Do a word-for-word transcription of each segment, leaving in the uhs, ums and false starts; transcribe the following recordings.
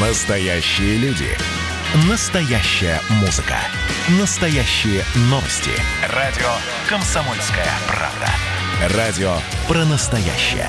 Настоящие люди. Настоящая музыка. Настоящие новости. Радио «Комсомольская правда». Радио про настоящее.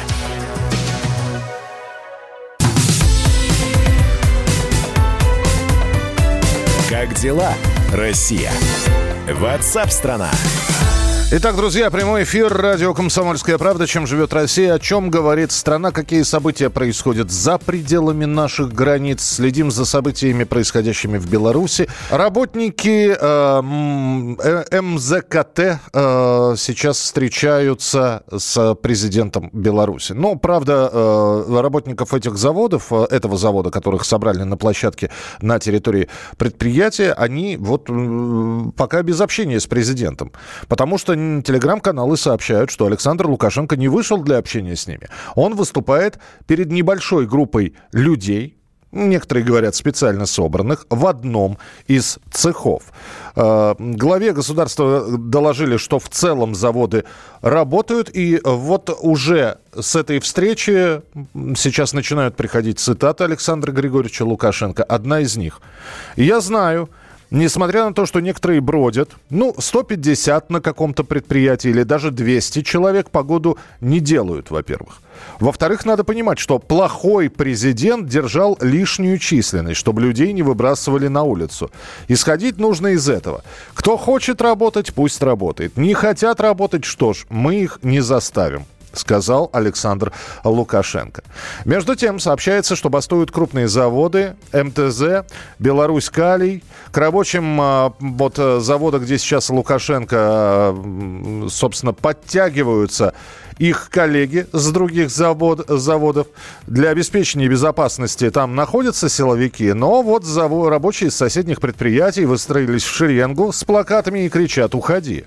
Как дела, Россия? Ватсап-страна! Итак, друзья, прямой эфир, радио «Комсомольская правда». Чем живет Россия, о чем говорит страна, какие события происходят за пределами наших границ. Следим за событиями, происходящими в Беларуси. Работники э, эм зэ ка тэ э, сейчас встречаются с президентом Беларуси. Но, правда, э, работников этих заводов, этого завода, которых собрали на площадке на территории предприятия, они вот э, пока без общения с президентом. Потому что телеграм-каналы сообщают, что Александр Лукашенко не вышел для общения с ними. Он выступает перед небольшой группой людей, некоторые говорят специально собранных, в одном из цехов. Главе государства доложили, что в целом заводы работают, и вот уже с этой встречи сейчас начинают приходить цитаты Александра Григорьевича Лукашенко. Одна из них. «Я знаю, несмотря на то, что некоторые бродят, ну, сто пятьдесят на каком-то предприятии или даже двести человек погоду не делают, во-первых. Во-вторых, надо понимать, что плохой президент держал лишнюю численность, чтобы людей не выбрасывали на улицу. Исходить нужно из этого. Кто хочет работать, пусть работает. Не хотят работать, что ж, мы их не заставим», сказал Александр Лукашенко. Между тем, сообщается, что бастуют крупные заводы эм тэ зэ, Беларусь Калий. К рабочим вот, завода, где сейчас Лукашенко, собственно, подтягиваются их коллеги с других завод, заводов. Для обеспечения безопасности там находятся силовики, но вот завод, рабочие из соседних предприятий выстроились в шеренгу с плакатами и кричат «Уходи!».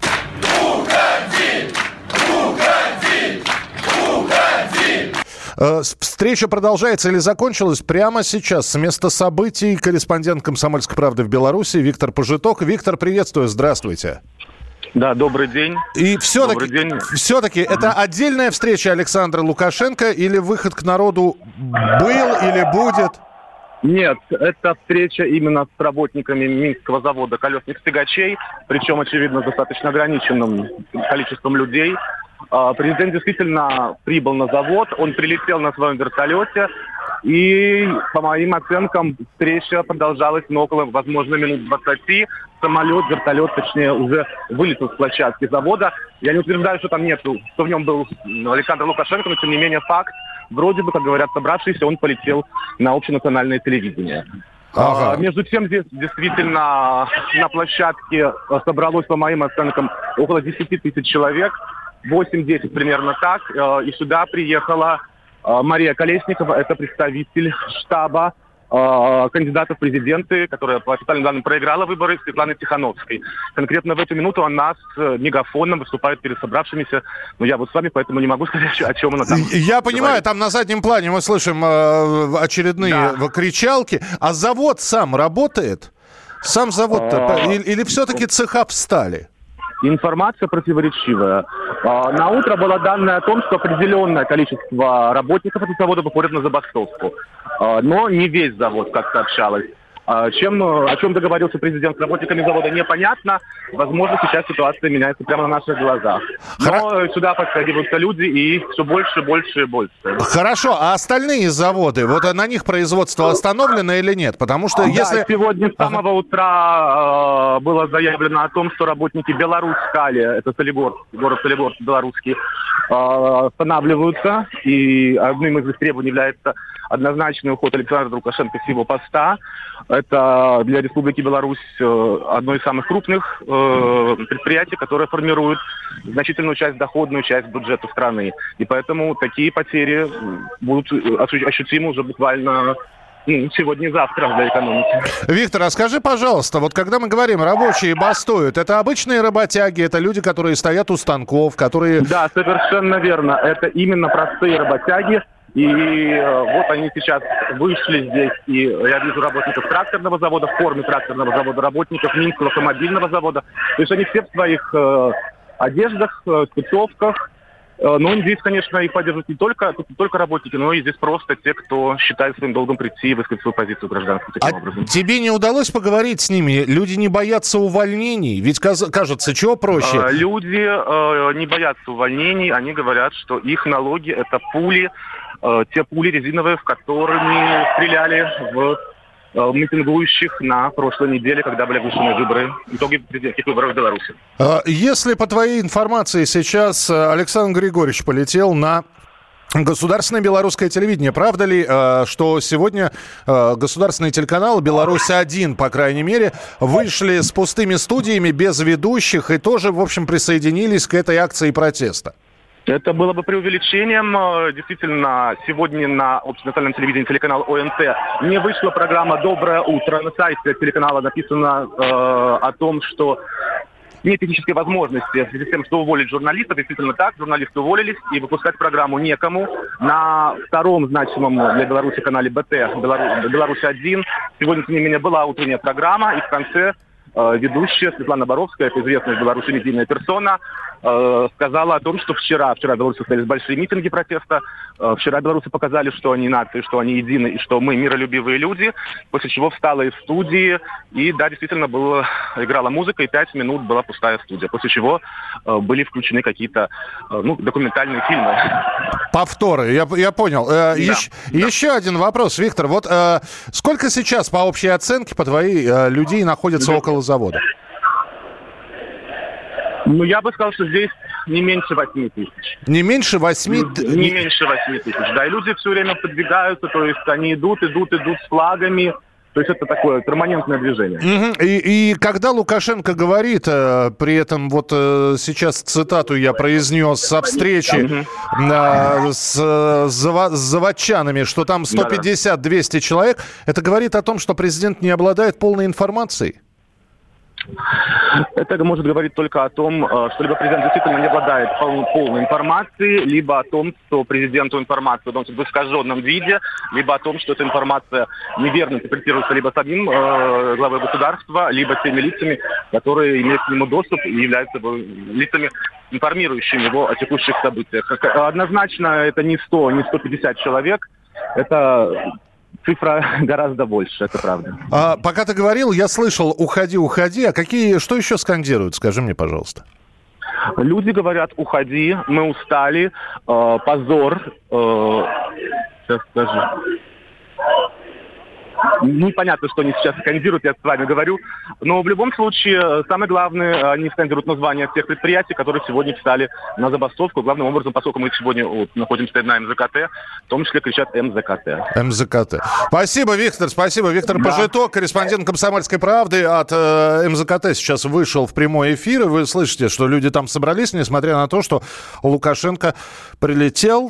Встреча продолжается или закончилась прямо сейчас. С места событий корреспондент «Комсомольской правды» в Беларуси Виктор Пожиток. Виктор, приветствую, здравствуйте. Да, добрый день. И все-таки, день. все-таки это отдельная встреча Александра Лукашенко или выход к народу был или будет? Нет, это встреча именно с работниками Минского завода колесных тягачей, причем, очевидно, с достаточно ограниченным количеством людей. Президент действительно прибыл на завод, он прилетел на своем вертолете, и, по моим оценкам, встреча продолжалась ну, около, возможно, минут двадцати. Самолет, вертолет, точнее, уже вылетел с площадки завода. Я не утверждаю, что там нету, что в нем был Александр Лукашенко, но, тем не менее, факт. Вроде бы, как говорят собравшиеся, он полетел на общенациональное телевидение. Ага. А, между тем, здесь действительно на площадке собралось, по моим оценкам, около десяти тысяч человек. восемь-десять примерно так. И сюда приехала Мария Колесникова, это представитель штаба кандидата в президенты, которая по официальным данным проиграла выборы, Светланы Тихановской. Конкретно в эту минуту она с мегафоном выступает перед собравшимися. Но я вот с вами, поэтому не могу сказать, о чем она там Я понимаю, говорит. Там на заднем плане мы слышим э, очередные да. кричалки. А завод сам работает? Сам завод-то? А... Или, или все-таки цеха встали? Информация противоречивая. На утро было данное о том, что определенное количество работников этого завода выходят на забастовку. Но не весь завод, как сообщалось. Чем, о чем договорился президент с работниками завода, непонятно. Возможно, сейчас ситуация меняется прямо на наших глазах. Но Хор... сюда подтягиваются люди, и все больше, больше и больше. Хорошо, а остальные заводы, вот на них производство остановлено или нет? Потому что да, если... сегодня с самого ага. утра э, было заявлено о том, что работники Беларусь Кали, это Солигорск, город Солигорск, белорусский, э, останавливаются. И одним из их требований является однозначный уход Александра Лукашенко с его поста. Это для Республики Беларусь одно из самых крупных э, предприятий, которое формирует значительную часть, доходную часть бюджета страны. И поэтому такие потери будут ощутимы уже буквально ну, сегодня и завтра для экономики. Виктор, а скажи, пожалуйста, вот когда мы говорим, рабочие бастуют, это обычные работяги, это люди, которые стоят у станков, которые... Да, совершенно верно. Это именно простые работяги. И э, вот они сейчас вышли здесь, и я вижу работников тракторного завода, в форме тракторного завода, работников Минского автомобильного завода. То есть они все в своих э, одеждах, э, спецовках, Но здесь, конечно, их поддерживают не только, не только работники, но и здесь просто те, кто считает своим долгом прийти и высказать свою позицию гражданскую таким а образом. Тебе не удалось поговорить с ними? Люди не боятся увольнений? Ведь, кажется, чего проще? Люди э, не боятся увольнений, они говорят, что их налоги – это пули, э, те пули резиновые, в которыми стреляли в митингующих на прошлой неделе, когда были оглашены выборы, итоги президентских выборов в Беларуси. Если по твоей информации сейчас Александр Григорьевич полетел на государственное белорусское телевидение, правда ли, что сегодня государственные телеканалы «Беларусь-один», по крайней мере, вышли с пустыми студиями, без ведущих и тоже, в общем, присоединились к этой акции протеста? Это было бы преувеличением. Действительно, сегодня на общенациональном телевидении телеканала ОНТ не вышла программа «Доброе утро». На сайте телеканала написано э, о том, что нет технической возможности в связи с тем, что уволить журналистов. Действительно так, журналисты уволились, и выпускать программу некому. На втором значимом для Беларуси канале БТ «Беларусь-один» сегодня, тем не менее, была утренняя программа, и в конце э, ведущая Светлана Боровская, это известная в Беларуси медийная персона, сказала о том, что вчера, вчера в Беларуси состоялись большие митинги протеста, вчера белорусы показали, что они нация, что они едины и что мы миролюбивые люди, после чего встала из студии, и да, действительно было, играла музыка, и пять минут была пустая студия, после чего были включены какие-то ну, документальные фильмы. Повторы, я, я понял. Да, еще, да. еще один вопрос, Виктор. Вот э, сколько сейчас, по общей оценке, по твоей, э, людей находится да. около завода? Ну, я бы сказал, что здесь не меньше восьми тысяч. Не меньше восьми? Не, не меньше восьми тысяч, да. И люди все время подвигаются, то есть они идут, идут, идут с флагами. То есть это такое перманентное движение. Угу. И, и когда Лукашенко говорит, э, при этом вот э, сейчас цитату я произнес со встречи угу. э, с, с, с заводчанами, что там сто пятьдесят - двести человек, это говорит о том, что президент не обладает полной информацией? Это может говорить только о том, что либо президент действительно не обладает пол- полной информацией, либо о том, что президенту информацию дается в искаженном виде, либо о том, что эта информация неверно интерпретируется либо самим э, главой государства, либо теми лицами, которые имеют к нему доступ и являются лицами, информирующими его о текущих событиях. Однозначно это не сто, не сто пятьдесят человек, это... Цифра гораздо больше, это правда. А, пока ты говорил, я слышал «уходи, уходи». А какие, что еще скандируют? Скажи мне, пожалуйста. Люди говорят «уходи, мы устали, э, позор». Э, сейчас скажу. Непонятно, что они сейчас скандируют, я с вами говорю. Но в любом случае, самое главное, они скандируют названия тех предприятий, которые сегодня встали на забастовку. Главным образом, поскольку мы сегодня вот, находимся на эм зэ ка тэ, в том числе кричат эм зэ ка тэ. эм зэ ка тэ. Спасибо, Виктор, спасибо. Виктор да. Пожиток, корреспондент «Комсомольской правды» от э, эм зэ ка тэ сейчас вышел в прямой эфир. И вы слышите, что люди там собрались, несмотря на то, что Лукашенко прилетел...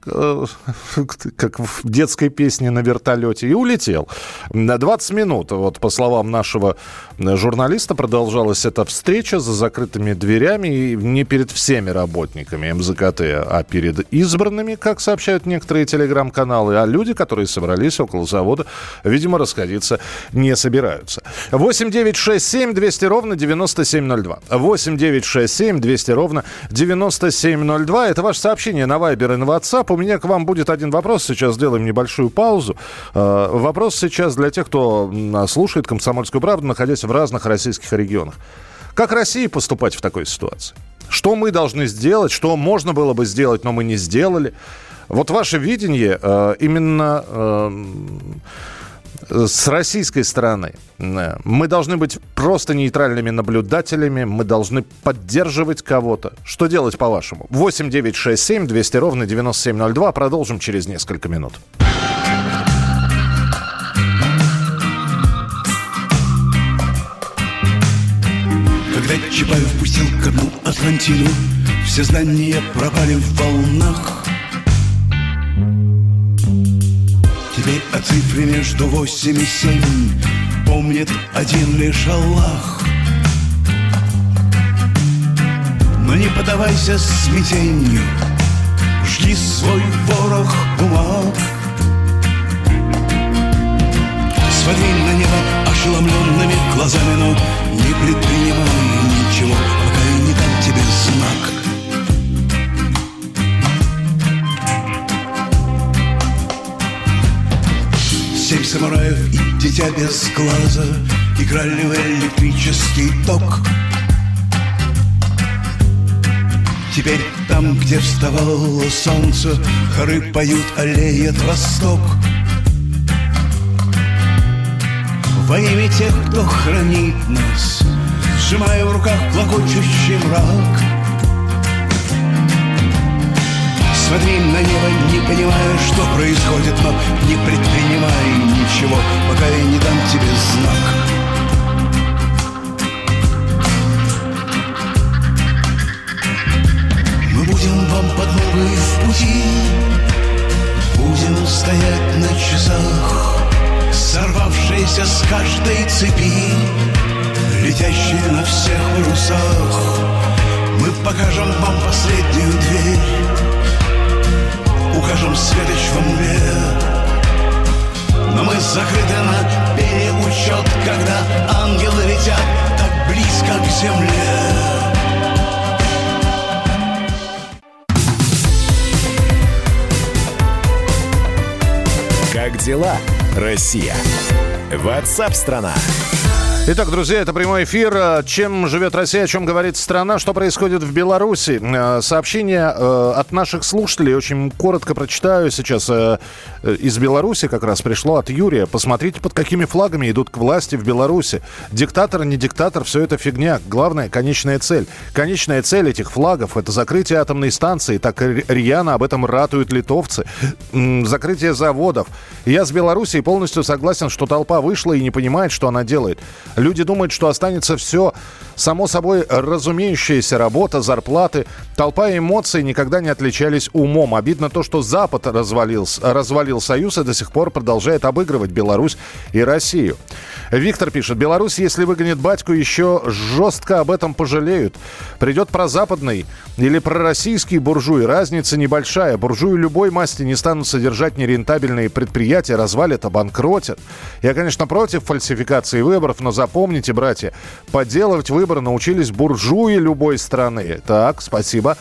как в детской песне на вертолете, и улетел. двадцать минут, вот по словам нашего журналиста, продолжалась эта встреча за закрытыми дверями, и не перед всеми работниками эм зэ ка тэ, а перед избранными, как сообщают некоторые телеграм-каналы, а люди, которые собрались около завода, видимо, расходиться не собираются. восемь девять шесть семь двести ровно девяносто семь ноль два. восемь девять шесть семь двести ровно девяносто семь ноль два. Это ваше сообщение на Вайбер и на WhatsApp. У меня к вам будет один вопрос. Сейчас сделаем небольшую паузу. Вопрос сейчас для тех, кто слушает «Комсомольскую правду», находясь в разных российских регионах. Как России поступать в такой ситуации? Что мы должны сделать? Что можно было бы сделать, но мы не сделали? Вот ваше видение именно... с российской стороны. Мы должны быть просто нейтральными наблюдателями, мы должны поддерживать кого-то. Что делать, по-вашему? восемь девять шесть семь двести ровно девяносто семь ноль два. Продолжим через несколько минут. Когда Чапаев пустил ко дну Атлантиду, все знания пропали в волнах. Теперь о цифре между восемь и семь помнит один лишь Аллах. Но не поддавайся смятению, жги свой ворох бумаг. Смотри на небо ошеломленными глазами, но не предпринимай ничего, пока я не дам тебе знак. Семь самураев и дитя без глаза играли в электрический ток. Теперь там, где вставало солнце, хоры поют, аллеет восток. Во имя тех, кто хранит нас, сжимая в руках клокочущий мрак. Смотри на небо, не понимая, что происходит, но не предпринимай ничего, пока я не дам тебе знак. Мы будем вам подмогой в пути, будем стоять на часах, сорвавшиеся с каждой цепи, летящие на всех парусах. Мы покажем вам последнюю дверь, укажем светоч во мгле, но мы закрыты на переучет, когда ангелы летят так близко к земле. Как дела, Россия? Ватсап-страна! Итак, друзья, это прямой эфир. Чем живет Россия, о чем говорит страна, что происходит в Беларуси. Сообщение от наших слушателей, очень коротко прочитаю сейчас. Из Беларуси как раз пришло от Юрия. Посмотрите, под какими флагами идут к власти в Беларуси. Диктатор, не диктатор, все это фигня. Главное, конечная цель. Конечная цель этих флагов – это закрытие атомной станции. Так рьяно об этом ратуют литовцы. Закрытие заводов. Я с Белоруссией полностью согласен, что толпа вышла и не понимает, что она делает. Люди думают, что останется все само собой разумеющаяся работа, зарплаты. Толпа и эмоции никогда не отличались умом. Обидно то, что Запад развалился, развалил Союз и до сих пор продолжает обыгрывать Беларусь и Россию. Виктор пишет: Беларусь, если выгонит батьку, еще жестко об этом пожалеют. Придет прозападный или пророссийский буржуй, разница небольшая. Буржуи любой масти не станут содержать нерентабельные предприятия, развалят, обанкротят. Я, конечно, против фальсификации выборов, но запомните, братья, подделывать выборы научились буржуи любой страны. Так, спасибо.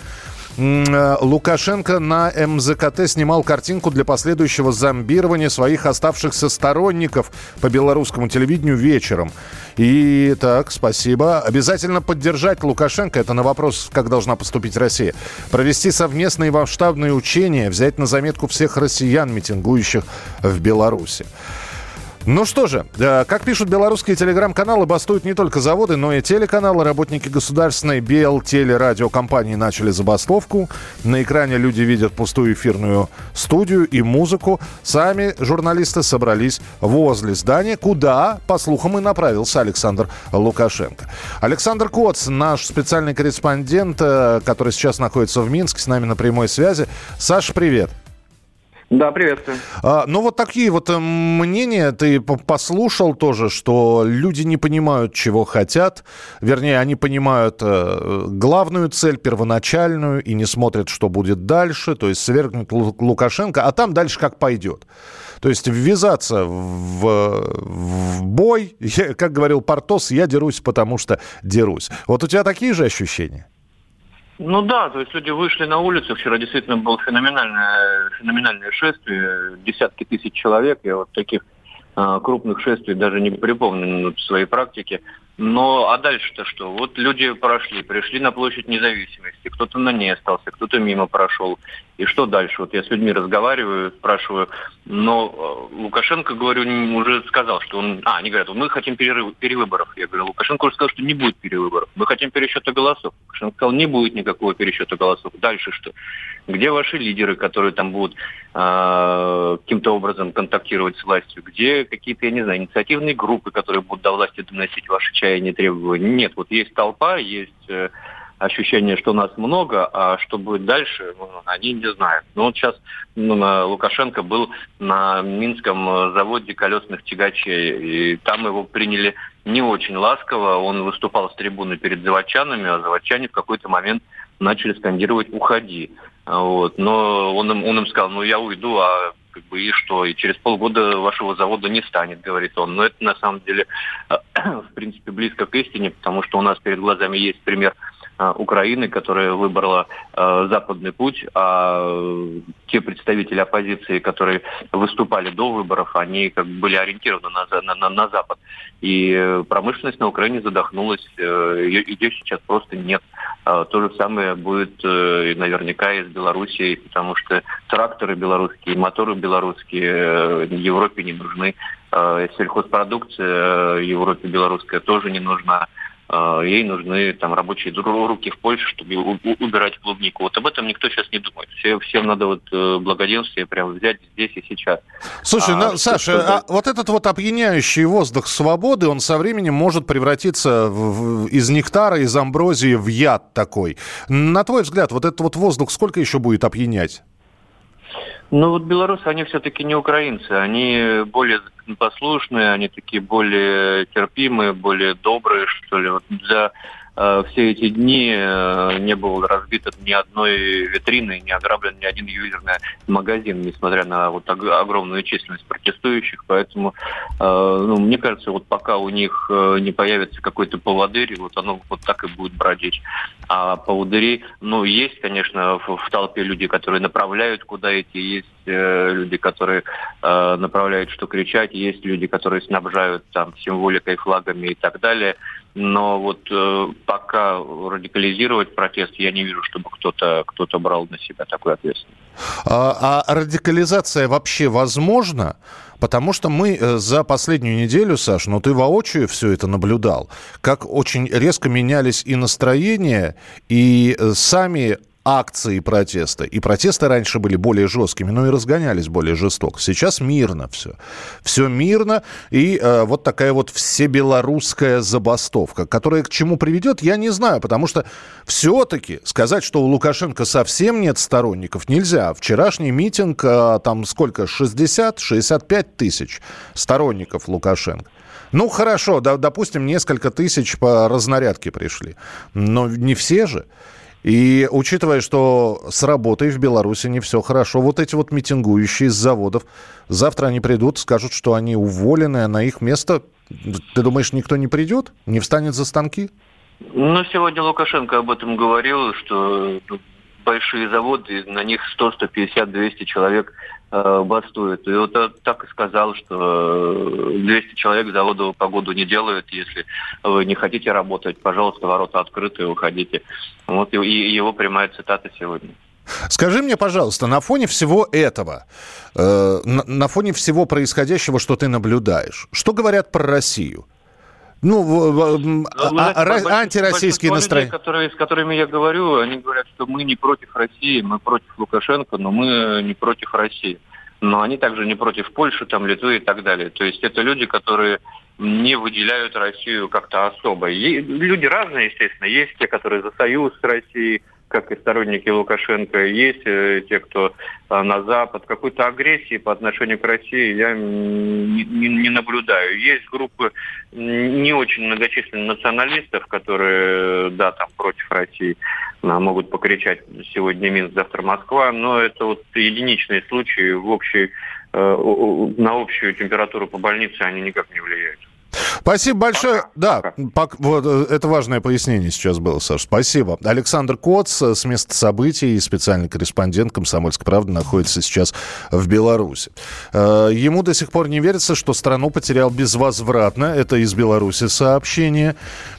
Лукашенко на эм зэ ка тэ снимал картинку для последующего зомбирования своих оставшихся сторонников по белорусскому телевидению вечером. И так, спасибо. Обязательно поддержать Лукашенко. Это на вопрос, как должна поступить Россия. Провести совместные масштабные учения, взять на заметку всех россиян, митингующих в Беларуси. Ну что же, как пишут белорусские телеграм-каналы, бастуют не только заводы, но и телеканалы. Работники государственной Белтелерадиокомпании начали забастовку. На экране люди видят пустую эфирную студию и музыку. Сами журналисты собрались возле здания, куда, по слухам, и направился Александр Лукашенко. Александр Коц, наш специальный корреспондент, который сейчас находится в Минске, с нами на прямой связи. Саша, привет. Да, приветствую. А, ну, вот такие вот мнения ты послушал тоже, что люди не понимают, чего хотят. Вернее, они понимают э, главную цель, первоначальную, и не смотрят, что будет дальше. То есть свергнуть Лукашенко, а там дальше как пойдет. То есть ввязаться в, в бой, я, как говорил Портос, я дерусь, потому что дерусь. Вот у тебя такие же ощущения? Ну да, то есть люди вышли на улицу. Вчера действительно было феноменальное, феноменальное шествие. Десятки тысяч человек. Я вот таких а, крупных шествий даже не припомню в своей практике. Но а дальше-то что? Вот люди прошли, пришли на площадь Независимости. Кто-то на ней остался, кто-то мимо прошел. И что дальше? Вот я с людьми разговариваю, спрашиваю. Но Лукашенко, говорю, уже сказал, что он... А, они говорят, мы хотим перерыв, перевыборов. Я говорю, Лукашенко уже сказал, что не будет перевыборов. Мы хотим пересчета голосов. Лукашенко сказал, не будет никакого пересчета голосов. Дальше что? Где ваши лидеры, которые там будут э, каким-то образом контактировать с властью? Где какие-то, я не знаю, инициативные группы, которые будут до власти доносить ваши чаяния, требования? Нет, вот есть толпа, есть... Э, ощущение, что нас много, а что будет дальше, ну, они не знают. Ну вот сейчас ну, Лукашенко был на Минском заводе колесных тягачей, и там его приняли не очень ласково. Он выступал с трибуны перед заводчанами, а заводчане в какой-то момент начали скандировать «Уходи». Вот. Но он им, он им сказал, ну я уйду, а как бы и что? И через полгода вашего завода не станет, говорит он. Но это на самом деле в принципе близко к истине, потому что у нас перед глазами есть пример Украины, которая выбрала западный путь, а те представители оппозиции, которые выступали до выборов, они как бы были ориентированы на, на, на, на Запад. И промышленность на Украине задохнулась, ее, ее сейчас просто нет. То же самое будет наверняка и с Белоруссией, потому что тракторы белорусские, моторы белорусские Европе не нужны. Сельхозпродукция Европе белорусская тоже не нужна. Ей нужны там рабочие руки в Польше, чтобы убирать клубнику. Вот об этом никто сейчас не думает. Все, всем надо вот благоденствие прямо взять здесь и сейчас. Слушай, а, ну, Саша, что... а вот этот вот опьяняющий воздух свободы, он со временем может превратиться в, в, из нектара, из амброзии в яд такой. На твой взгляд, вот этот вот воздух сколько еще будет опьянять? Ну вот белорусы, они все-таки не украинцы, они более послушные, они такие более терпимые, более добрые, что ли. Вот за э, все эти дни э, не было разбито ни одной витрины, не ограблен ни один ювелирный магазин, несмотря на вот огромную численность протестующих. Поэтому, э, ну, мне кажется, вот пока у них э, не появится какой-то поводырь, вот оно вот так и будет бродить. А поводыри, ну, есть, конечно, в, в толпе люди, которые направляют, куда идти, есть э, люди, которые э, направляют, что кричать, есть люди, которые снабжают там символикой, флагами и так далее. Но вот э, пока радикализировать протест, я не вижу, чтобы кто-то, кто-то брал на себя такую ответственность. А, а радикализация вообще возможна? Потому что мы за последнюю неделю, Саш, ну ты воочию все это наблюдал, как очень резко менялись и настроения, и сами акции протеста. И протесты раньше были более жесткими, но и разгонялись более жестоко. Сейчас мирно все. Все мирно. И э, вот такая вот всебелорусская забастовка, которая к чему приведет, я не знаю. Потому что все-таки сказать, что у Лукашенко совсем нет сторонников, нельзя. Вчерашний митинг, э, там сколько, шестьдесят - шестьдесят пять тысяч сторонников Лукашенко. Ну, хорошо, да, допустим, несколько тысяч по разнарядке пришли. Но не все же. И учитывая, что с работой в Беларуси не все хорошо, вот эти вот митингующие с заводов, завтра они придут, скажут, что они уволены, а на их место, ты думаешь, никто не придет? Не встанет за станки? Ну, сегодня Лукашенко об этом говорил, что большие заводы, на них сто - сто пятьдесят - двести человек э, бастуют. И вот так и сказал, что двести человек завода погоду не делают. Если вы не хотите работать, пожалуйста, ворота открыты, уходите. Вот и его прямая цитата сегодня. Скажи мне, пожалуйста, на фоне всего этого, э, на, на фоне всего происходящего, что ты наблюдаешь, что говорят про Россию? Ну, ну а, знаете, а, антироссийские настроения. Которые, с которыми я говорю, они говорят, что мы не против России, мы против Лукашенко, но мы не против России. Но они также не против Польши, там, Литвы и так далее. То есть это люди, которые не выделяют Россию как-то особо. И люди разные, естественно. Есть те, которые за союз с Россией, как и сторонники Лукашенко, есть э, те, кто э, на Запад. Какой-то агрессии по отношению к России я не, не, не наблюдаю. Есть группы не очень многочисленных националистов, которые, да, там, против России э, могут покричать сегодня Минск, завтра Москва, но это вот единичные случаи, в общей, э, на общую температуру по больнице они никак не влияют. Спасибо большое. Пока. Да, пока. Вот, это важное пояснение сейчас было, Саш. Спасибо. Александр Коц с места событий и специальный корреспондент «Комсомольской правды» находится сейчас в Беларуси. Ему до сих пор не верится, что страну потерял безвозвратно. Это из Беларуси сообщение.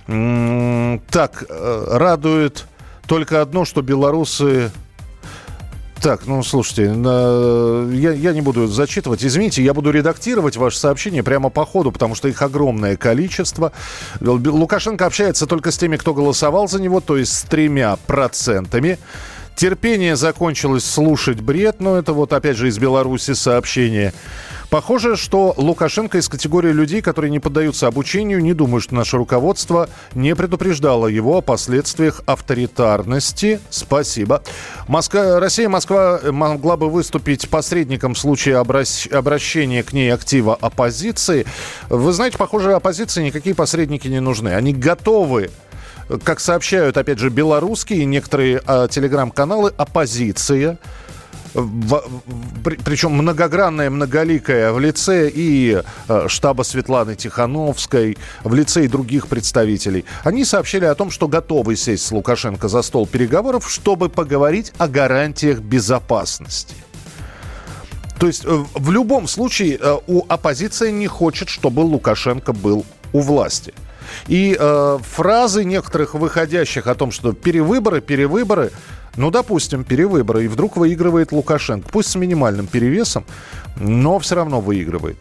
Так, радует только одно, что белорусы... Так, ну, слушайте, я, я не буду зачитывать. Извините, я буду редактировать ваше сообщение прямо по ходу, потому что их огромное количество. Лукашенко общается только с теми, кто голосовал за него, то есть с тремя процентами. Терпение закончилось слушать бред, но это вот опять же из Беларуси сообщение. Похоже, что Лукашенко из категории людей, которые не поддаются обучению, не думаю, что наше руководство не предупреждало его о последствиях авторитарности. Спасибо. Москва, Россия, Москва могла бы выступить посредником в случае обращ, обращения к ней актива оппозиции. Вы знаете, похоже, оппозиции никакие посредники не нужны. Они готовы. Как сообщают, опять же, белорусские и некоторые а, телеграм-каналы, оппозиция в, при, причем многогранная, многоликая, в лице и э, штаба Светланы Тихановской, в лице и других представителей. Они сообщили о том, что готовы сесть с Лукашенко за стол переговоров, чтобы поговорить о гарантиях безопасности. То есть э, в любом случае э, у оппозиции не хочет, чтобы Лукашенко был у власти. И э, фразы некоторых выходящих о том, что перевыборы, перевыборы, ну, допустим, перевыборы, и вдруг выигрывает Лукашенко. Пусть с минимальным перевесом, но все равно выигрывает.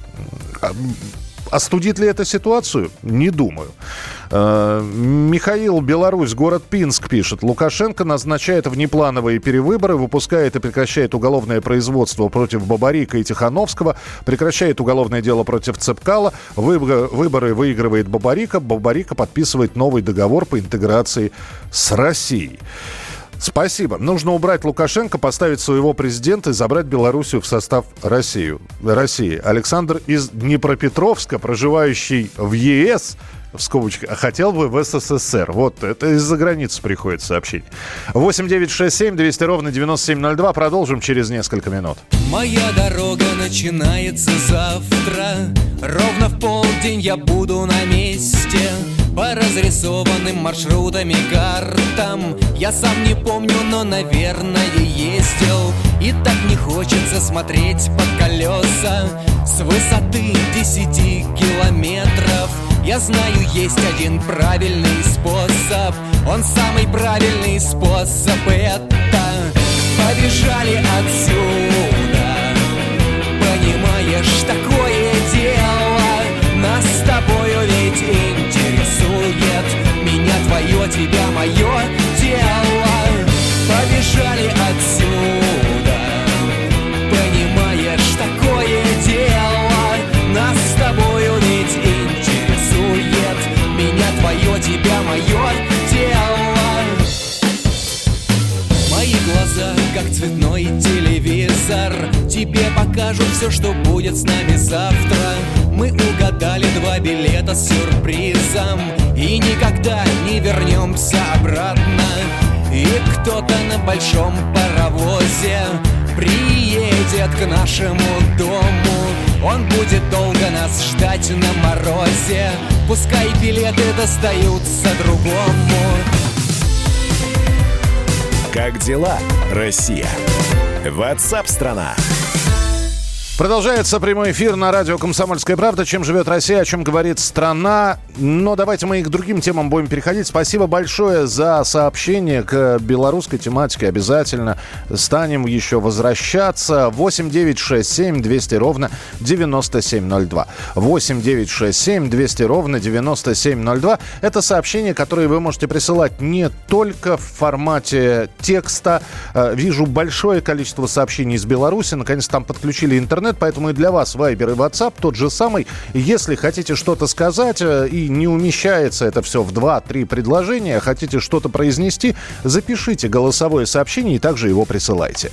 Остудит ли это ситуацию? Не думаю. Э, Михаил, Беларусь, город Пинск пишет. Лукашенко назначает внеплановые перевыборы, выпускает и прекращает уголовное производство против Бабарика и Тихановского, прекращает уголовное дело против Цепкала, выборы, выборы выигрывает Бабарика, Бабарика подписывает новый договор по интеграции с Россией. Спасибо. Нужно убрать Лукашенко, поставить своего президента и забрать Белоруссию в состав России. России. Александр из Днепропетровска, проживающий в ЕС, в скобочках, а хотел бы в СССР. Вот, это из-за границы приходит сообщение. восемь девятьсот шестьдесят семь двести ровно девяносто семь ноль два. Продолжим через несколько минут. Моя дорога начинается завтра. Ровно в полдень я буду на месте. По разрисованным маршрутам и картам я сам не помню, но, наверное, ездил. И так не хочется смотреть под колеса с высоты десяти километров. Я знаю, есть один правильный способ. Он самый правильный способ. Это побежали отсюда. Понимаешь, такое дело. Нас с тобою ведь интересует. Меня твое, тебя мое дело. Побежали отсюда. Понимаешь, такое дело. Нас с тобою ведь интересует. Меня твое, тебя мое дело. Мои глаза, как цветной телевизор, тебе покажут все, что будет с нами завтра. Мы угадали два билета с сюрпризом и никогда не вернемся обратно. И кто-то на большом паровозе приедет к нашему дому. Он будет долго нас ждать на морозе. Пускай билеты достаются другому. Как дела, Россия? WhatsApp-страна. Продолжается прямой эфир на радио «Комсомольская правда». Чем живет Россия, о чем говорит страна. Но давайте мы и к другим темам будем переходить. Спасибо большое за сообщение к белорусской тематике. Обязательно станем еще возвращаться. восемь девятьсот шестьдесят семь двести ровно девяносто семь ноль два. восемь девятьсот шестьдесят семь двести ровно девяносто семь ноль два. Это сообщения, которые вы можете присылать не только в формате текста. Вижу большое количество сообщений из Беларуси. Наконец там подключили интернет. Поэтому и для вас Вайбер и WhatsApp тот же самый. Если хотите что-то сказать и не умещается это все в два-три предложения, хотите что-то произнести, запишите голосовое сообщение и также его присылайте.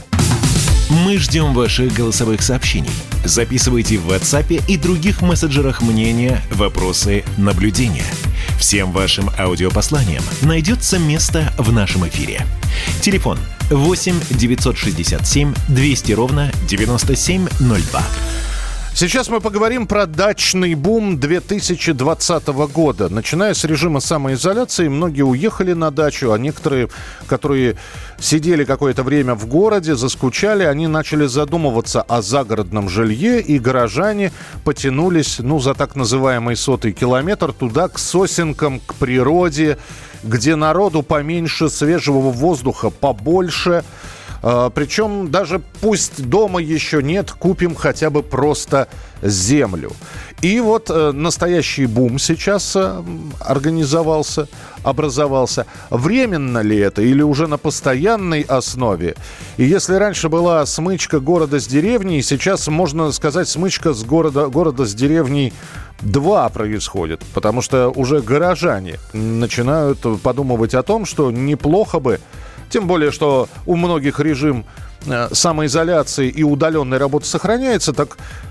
Мы ждем ваших голосовых сообщений. Записывайте в WhatsApp и других мессенджерах мнения, вопросы, наблюдения. Всем вашим аудиопосланиям найдется место в нашем эфире. Телефон восемь девятьсот шестьдесят семь двести ровно девяносто семь ноль два. Сейчас мы поговорим про дачный бум две тысячи двадцатого года. Начиная с режима самоизоляции, многие уехали на дачу, а некоторые, которые сидели какое-то время в городе, заскучали, они начали задумываться о загородном жилье, и горожане потянулись, ну, за так называемый сотый километр туда, к сосенкам, к природе, где народу поменьше, свежего воздуха побольше. Причем даже пусть дома еще нет, купим хотя бы просто землю. И вот э, настоящий бум сейчас э, организовался, образовался. Временно ли это или уже на постоянной основе? И если раньше была смычка города с деревней, сейчас, можно сказать, смычка с города, города с деревней два происходит. Потому что уже горожане начинают подумывать о том, что неплохо бы, тем более, что у многих режим э, самоизоляции и удаленной работы сохраняется, так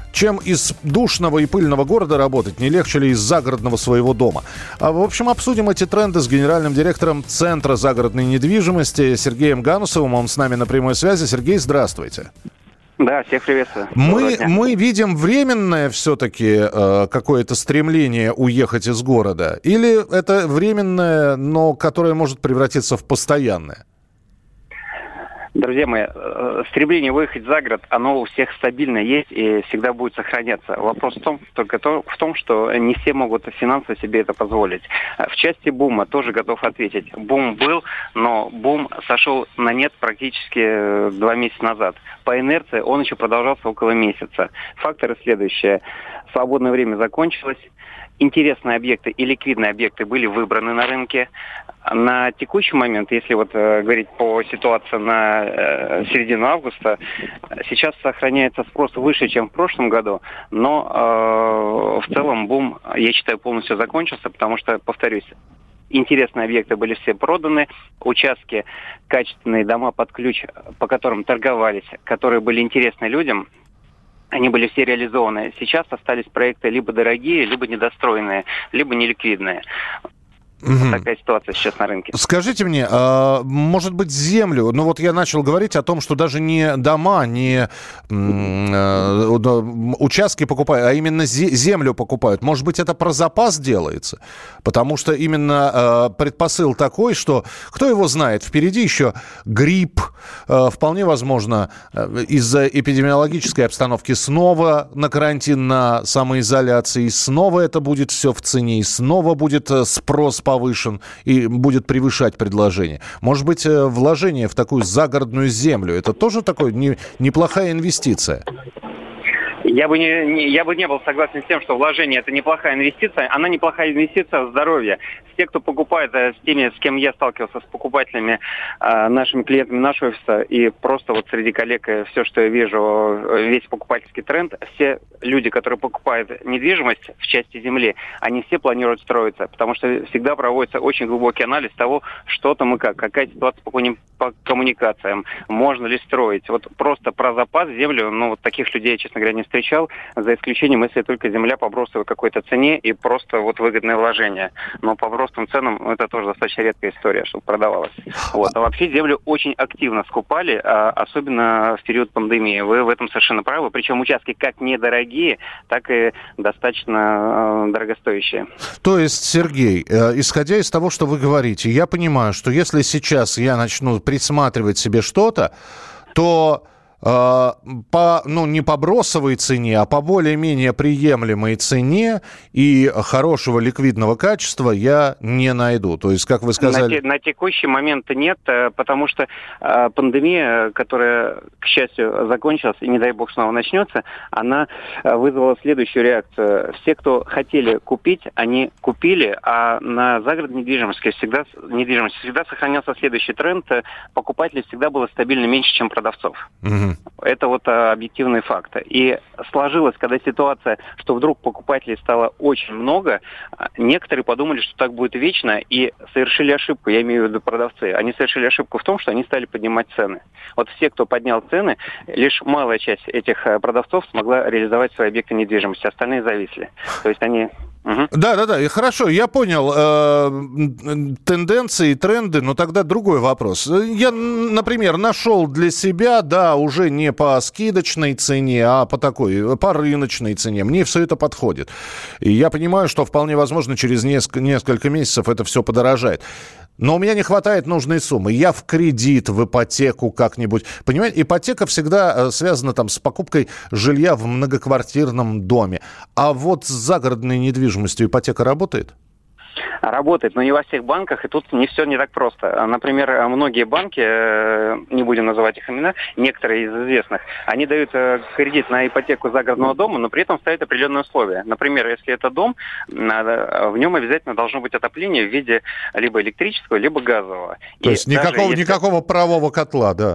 чем из душного и пыльного города работать, не легче ли из загородного своего дома. А, в общем, обсудим эти тренды с генеральным директором Центра загородной недвижимости Сергеем Ганусовым. Он с нами на прямой связи. Сергей, здравствуйте. Да, всех приветствую. Мы, мы видим временное все-таки э, какое-то стремление уехать из города? Или это временное, но которое может превратиться в постоянное? Друзья мои, стремление выехать за город, оно у всех стабильно есть и всегда будет сохраняться. Вопрос в том, только то, в том, что не все могут финансово себе это позволить. В части бума тоже готов ответить. Бум был, но бум сошел на нет практически два месяца назад. По инерции он еще продолжался около месяца. Факторы следующие. Свободное время закончилось. Интересные объекты и ликвидные объекты были выбраны на рынке. На текущий момент, если вот э, говорить по ситуации на э, середину августа, сейчас сохраняется спрос выше, чем в прошлом году, но э, в целом бум, я считаю, полностью закончился, потому что, повторюсь, интересные объекты были все проданы, участки, качественные дома под ключ, по которым торговались, которые были интересны людям, они были все реализованы. Сейчас остались проекты либо дорогие, либо недостроенные, либо неликвидные. Угу. Вот такая ситуация сейчас на рынке. Скажите мне, а, может быть, землю? Ну вот я начал говорить о том, что даже не дома, не м, участки покупают, а именно землю покупают. Может быть, это про запас делается? Потому что именно а, предпосыл такой, что, кто его знает, впереди еще грипп, а, вполне возможно, из-за эпидемиологической обстановки снова на карантин, на самоизоляции, снова это будет все в цене, и снова будет спрос повышен и будет превышать предложение. Может быть, вложение в такую загородную землю, это тоже такой не, неплохая инвестиция? Я бы не, не, я бы не был согласен с тем, что вложение – это неплохая инвестиция. Она неплохая инвестиция в здоровье. Те, кто покупает, с теми, с кем я сталкивался, с покупателями, нашими клиентами нашего офиса, и просто вот среди коллег все, что я вижу, весь покупательский тренд, все люди, которые покупают недвижимость в части земли, они все планируют строиться, потому что всегда проводится очень глубокий анализ того, что там и как, какая ситуация по, коммуни- по коммуникациям, можно ли строить. Вот просто про запас землю, ну вот таких людей, честно говоря, не встречал, за исключением, если только земля по бросовой какой-то цене и просто вот выгодное вложение. Но по бросовым ценам это тоже достаточно редкая история, чтобы продавалось. Вот. А вообще землю очень активно скупали, особенно в период пандемии. Вы в этом совершенно правы. Причем участки как недорогие, так и достаточно дорогостоящие. То есть, Сергей, исходя из того, что вы говорите, я понимаю, что если сейчас я начну присматривать себе что-то, то по, ну, не по бросовой цене, а по более-менее приемлемой цене и хорошего ликвидного качества я не найду. То есть, как вы сказали... На, те, на текущий момент нет, потому что э, пандемия, которая, к счастью, закончилась, и не дай бог снова начнется, она вызвала следующую реакцию. Все, кто хотели купить, они купили, а на загородной недвижимости всегда, недвижимости всегда сохранялся следующий тренд. Покупателей всегда было стабильно меньше, чем продавцов. Угу. Это вот а, объективный факт. И сложилась, когда ситуация, что вдруг покупателей стало очень много, некоторые подумали, что так будет вечно, и совершили ошибку, я имею в виду продавцы. Они совершили ошибку в том, что они стали поднимать цены. Вот все, кто поднял цены, лишь малая часть этих продавцов смогла реализовать свои объекты недвижимости, остальные зависли. То есть они... Угу. Да, да, да, и хорошо, я понял э, тенденции, тренды, но тогда другой вопрос. Я, например, нашел для себя, да, уже не по скидочной цене, а по такой, по рыночной цене. Мне все это подходит. И я понимаю, что вполне возможно через несколько, несколько месяцев это все подорожает. Но у меня не хватает нужной суммы. Я в кредит, в ипотеку как-нибудь. Понимаете, ипотека всегда связана там с покупкой жилья в многоквартирном доме. А вот с загородной недвижимостью ипотека работает? Работает, но не во всех банках, и тут не все не так просто. Например, многие банки, не будем называть их имена, некоторые из известных, они дают кредит на ипотеку загородного дома, но при этом ставят определенные условия. Например, если это дом, в нем обязательно должно быть отопление в виде либо электрического, либо газового. То и есть никакого, если... никакого парового котла, да?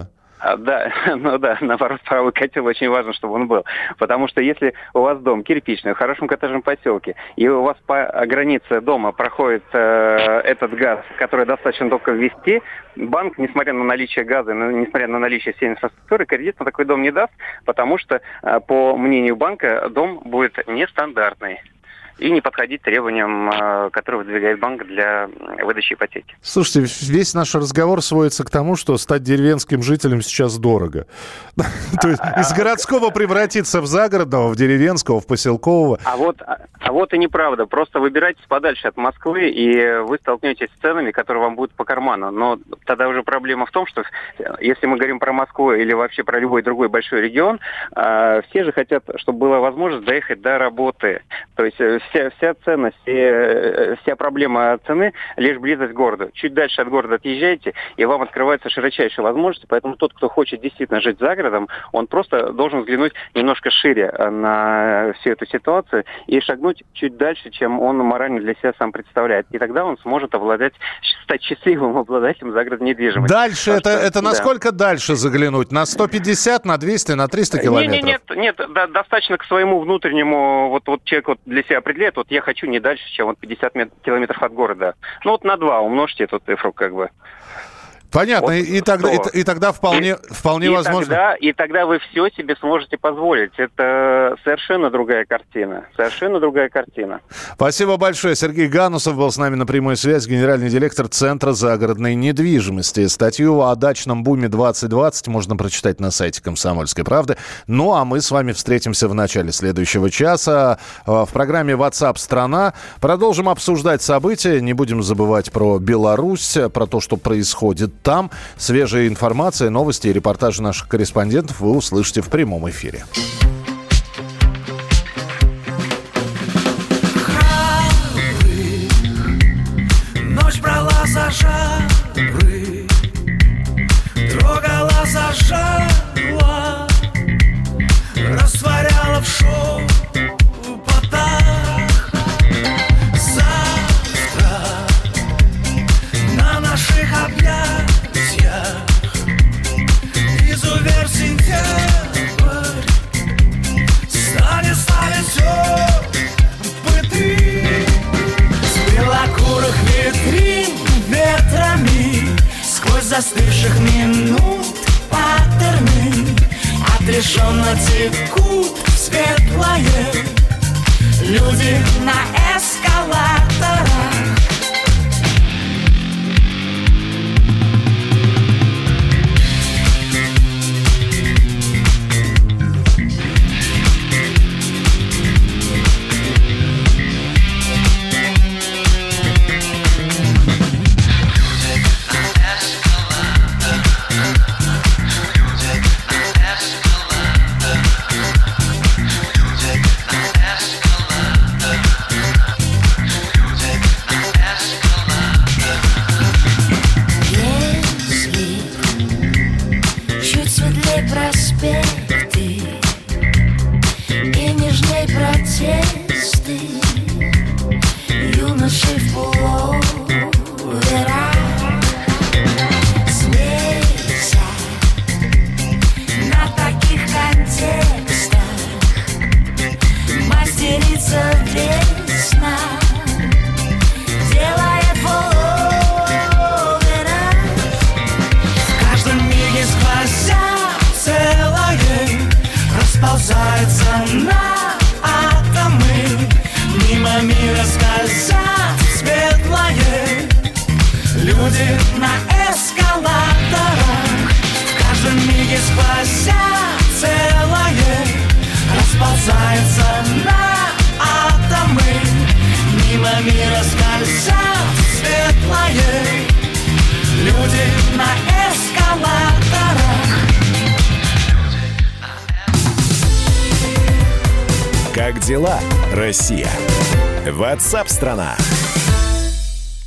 А, да, ну да, наоборот, паровой котел очень важно, чтобы он был. Потому что если у вас дом кирпичный, в хорошем коттеджном поселке, и у вас по границе дома проходит э, этот газ, который достаточно только ввести, банк, несмотря на наличие газа, несмотря на наличие всей инфраструктуры, кредит на такой дом не даст, потому что, э, по мнению банка, дом будет нестандартный и не подходить требованиям, которые выдвигает банк для выдачи ипотеки. Слушайте, весь наш разговор сводится к тому, что стать деревенским жителем сейчас дорого. То есть из городского превратиться в загородного, в деревенского, в поселкового. А вот, а вот и неправда. Просто выбирайтесь подальше от Москвы, и вы столкнетесь с ценами, которые вам будут по карману. Но тогда уже проблема в том, что если мы говорим про Москву или вообще про любой другой большой регион, все же хотят, чтобы была возможность доехать до работы. То есть Вся, вся ценность, вся, вся проблема цены лишь близость к городу. Чуть дальше от города отъезжаете, и вам открываются широчайшие возможности. Поэтому тот, кто хочет действительно жить за городом, он просто должен взглянуть немножко шире на всю эту ситуацию и шагнуть чуть дальше, чем он морально для себя сам представляет. И тогда он сможет обладать, стать счастливым обладателем загородной недвижимости. Дальше? Это, что, это насколько да. дальше заглянуть? На сто пятьдесят, на двести, на триста километров? Нет, нет, нет, да, достаточно к своему внутреннему, вот, вот человек вот для себя определяет, вот я хочу не дальше, чем вот пятьдесят километров от города. Ну вот на два умножьте эту цифру как бы. Понятно, Вот и, и, тогда, и, и тогда вполне, и, вполне и возможно... Тогда, и тогда вы все себе сможете позволить. Это совершенно другая картина. Совершенно другая картина. Спасибо большое. Сергей Ганусов был с нами на прямой связи, генеральный директор Центра загородной недвижимости. Статью о дачном буме двадцать двадцать можно прочитать на сайте «Комсомольской правды». Ну, а мы с вами встретимся в начале следующего часа в программе WhatsApp страна. Продолжим обсуждать события. Не будем забывать про Беларусь, про то, что происходит там. Свежая информация, новости и репортажи наших корреспондентов вы услышите в прямом эфире. Храбрый, ночь брала за жабры, трогала за жало, растворяла в шепотах. Завтра на наших объятиях изувер сентябрь станет ставить опыты с белокурых витрин ветрами сквозь застывших минут паттерны отрешенно текут в светлое люди на эскалаторах. Как дела, Россия? WhatsApp страна.